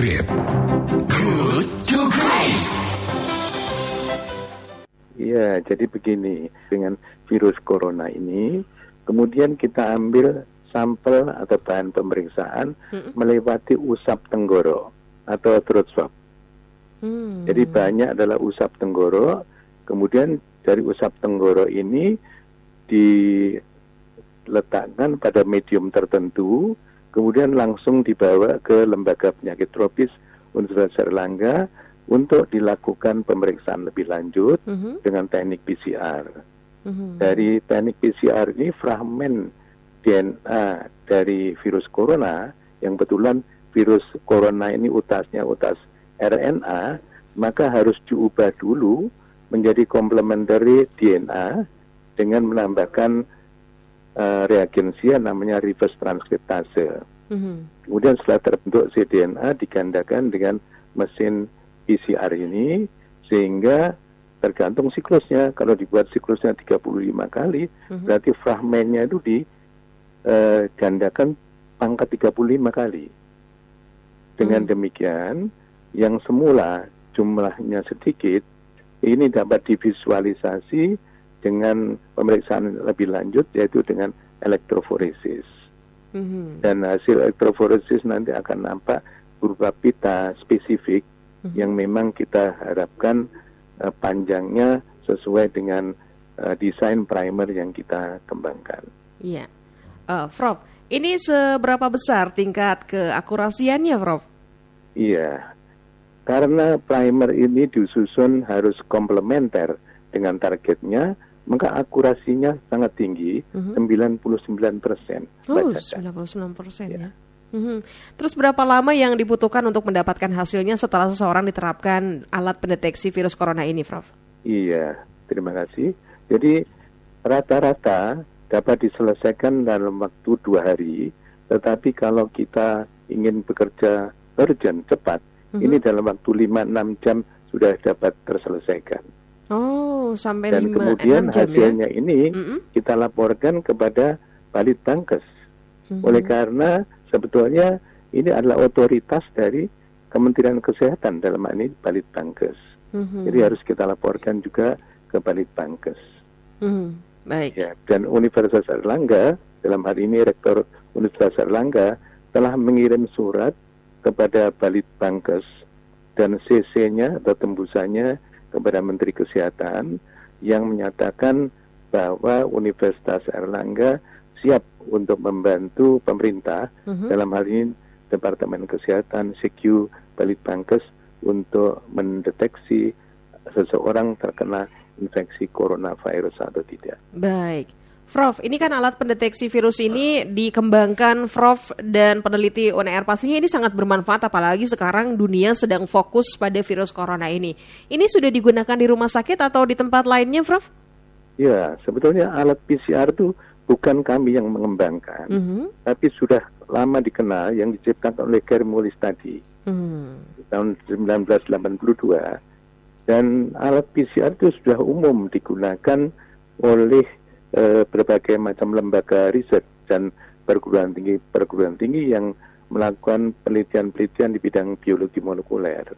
Grip. Good to Great. Iya, jadi begini, dengan virus corona ini, kemudian kita ambil sampel atau bahan pemeriksaan melewati usap tenggorok atau throat swab. Jadi banyak adalah usap tenggorok, kemudian dari usap tenggorok ini diletakkan pada medium tertentu, kemudian langsung dibawa ke Lembaga Penyakit Tropis Universitas Airlangga untuk dilakukan pemeriksaan lebih lanjut dengan teknik PCR. Dari teknik PCR ini fragmen DNA dari virus corona, yang kebetulan virus corona ini utasnya utas RNA, maka harus diubah dulu menjadi complementary DNA dengan menambahkan reagensia namanya reverse transkriptase. Kemudian setelah terbentuk cDNA digandakan dengan mesin PCR ini, sehingga tergantung siklusnya. Kalau dibuat siklusnya 35 kali, berarti fragmennya itu digandakan pangkat 35 kali. Dengan demikian, yang semula jumlahnya sedikit, ini dapat divisualisasi dengan pemeriksaan lebih lanjut, yaitu dengan elektroforesis. Dan hasil elektroforesis nanti akan nampak berupa pita spesifik yang memang kita harapkan panjangnya sesuai dengan desain primer yang kita kembangkan. Iya, Prof, ini seberapa besar tingkat keakurasiannya, Prof? Iya, karena primer ini disusun harus komplementer dengan targetnya, maka akurasinya sangat tinggi, 99%. Oh, 99% ya. Terus berapa lama yang dibutuhkan untuk mendapatkan hasilnya setelah seseorang diterapkan alat pendeteksi virus corona ini, Prof? Iya, terima kasih. Jadi rata-rata dapat diselesaikan dalam waktu 2 hari, tetapi kalau kita ingin bekerja urgent, cepat, ini dalam waktu 5-6 jam sudah dapat terselesaikan. Oh, sampai 5-6 jam. Dan kemudian hasilnya ini kita laporkan kepada Balitbangkes. Oleh karena sebetulnya ini adalah otoritas dari Kementerian Kesehatan, dalam hal ini Balitbangkes. Jadi harus kita laporkan juga ke Balitbangkes. Baik. Ya, dan Universitas Airlangga, dalam hal ini Rektor Universitas Airlangga, telah mengirim surat kepada Balitbangkes dan CC-nya atau tembusannya kepada Menteri Kesehatan yang menyatakan bahwa Universitas Airlangga siap untuk membantu pemerintah, dalam hal ini Departemen Kesehatan CQ Balitbangkes, untuk mendeteksi seseorang terkena infeksi coronavirus atau tidak. Baik. Prof, ini kan alat pendeteksi virus ini dikembangkan Prof dan peneliti UNR, pastinya ini sangat bermanfaat, apalagi sekarang dunia sedang fokus pada virus corona ini. Ini sudah digunakan di rumah sakit atau di tempat lainnya, Prof? Ya, sebetulnya alat PCR itu bukan kami yang mengembangkan, tapi sudah lama dikenal, yang diciptakan oleh Gary Mullis tadi, tahun 1982. Dan alat PCR itu sudah umum digunakan oleh berbagai macam lembaga riset dan perguruan tinggi yang melakukan penelitian-penelitian di bidang biologi molekuler.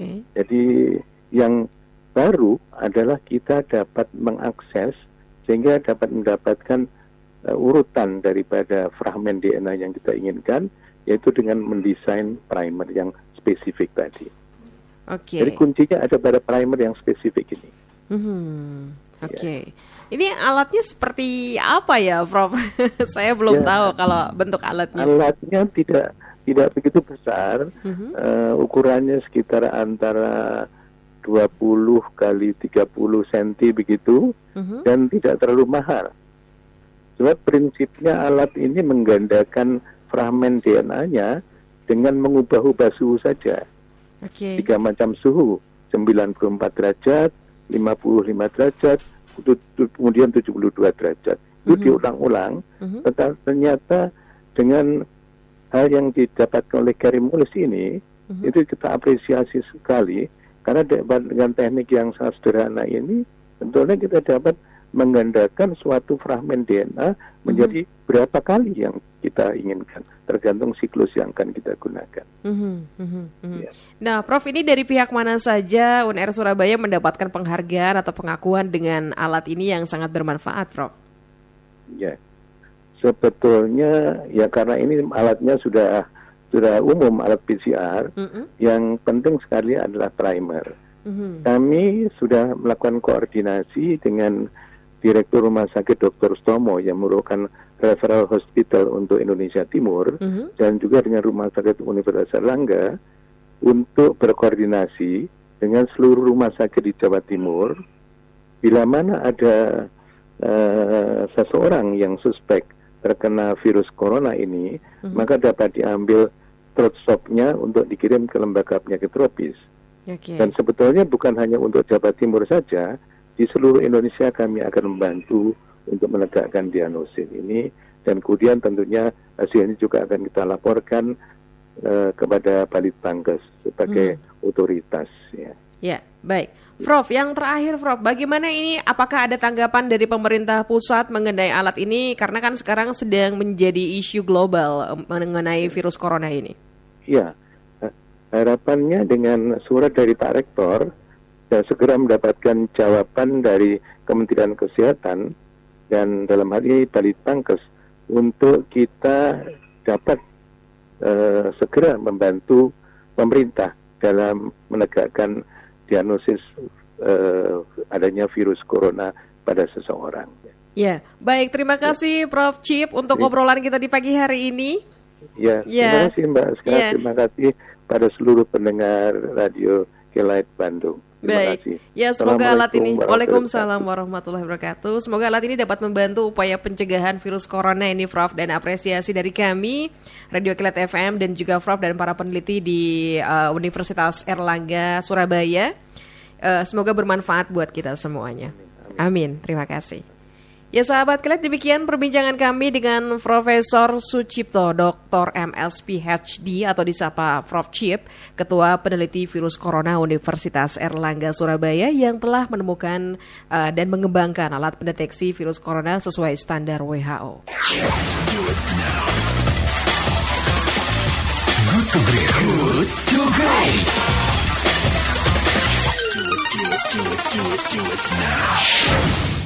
Jadi yang baru adalah kita dapat mengakses sehingga dapat mendapatkan urutan daripada fragmen DNA yang kita inginkan, yaitu dengan mendesain primer yang spesifik tadi. Jadi kuncinya ada pada primer yang spesifik ini. Ini alatnya seperti apa ya, Prof? Saya belum tahu kalau bentuk alatnya. Alatnya tidak begitu besar, ukurannya sekitar antara 20 kali 30 cm begitu, dan tidak terlalu mahal. Sebab prinsipnya alat ini menggandakan fragmen DNA-nya dengan mengubah-ubah suhu saja. 3 macam suhu, 94 derajat, 55 derajat, kemudian 72 derajat. Itu diulang-ulang, tetapi ternyata dengan hal yang didapatkan oleh Gary Mullis ini, itu kita apresiasi sekali, karena dengan teknik yang sangat sederhana ini, tentunya kita dapat menggandakan suatu fragmen DNA menjadi berapa kali yang kita inginkan, tergantung siklus yang akan kita gunakan. Ya. Nah, Prof, ini dari pihak mana saja UNR Surabaya mendapatkan penghargaan atau pengakuan dengan alat ini yang sangat bermanfaat, Prof? Ya, sebetulnya ya karena ini alatnya sudah umum, alat PCR. Yang penting sekali adalah primer. Kami sudah melakukan koordinasi dengan Direktur Rumah Sakit Dr. Stomo yang merupakan referral hospital untuk Indonesia Timur dan juga dengan Rumah Sakit Universitas Airlangga untuk berkoordinasi dengan seluruh rumah sakit di Jawa Timur. Bila mana ada seseorang yang suspek terkena virus corona ini, maka dapat diambil throat swab-nya untuk dikirim ke lembaga penyakit tropis. Dan sebetulnya bukan hanya untuk Jawa Timur saja, di seluruh Indonesia kami akan membantu untuk menegakkan diagnosis ini, dan kemudian tentunya hasil ini juga akan kita laporkan kepada Balitbangkes sebagai otoritas. Ya, baik. Prof, yang terakhir Prof, bagaimana ini, apakah ada tanggapan dari pemerintah pusat mengenai alat ini? Karena kan sekarang sedang menjadi isu global mengenai virus corona ini. Ya, harapannya dengan surat dari Pak Rektor, dan segera mendapatkan jawaban dari Kementerian Kesehatan dan dalam hal ini Balitbangkes untuk kita dapat segera membantu pemerintah dalam menegakkan diagnosis adanya virus corona pada seseorang. Ya, baik. Terima kasih Prof. Chip untuk obrolan kita di pagi hari ini. Terima kasih Mbak. Terima kasih pada seluruh pendengar Radio Kelight Bandung. Baik, ya semoga alat ini, Waalaikumsalam warahmatullahi wabarakatuh. Semoga alat ini dapat membantu upaya pencegahan virus corona ini, Prof. Dan apresiasi dari kami, Radio Kilat FM dan juga Prof. dan para peneliti di Universitas Airlangga Surabaya. Semoga bermanfaat buat kita semuanya. Amin. Terima kasih. Ya sahabat Kilat, demikian perbincangan kami dengan Profesor Sucipto, Dr. MS PhD atau disapa Prof. Chip, Ketua Peneliti Virus Corona Universitas Airlangga Surabaya yang telah menemukan dan mengembangkan alat pendeteksi virus corona sesuai standar WHO. Good to great. Good to great. Do it now.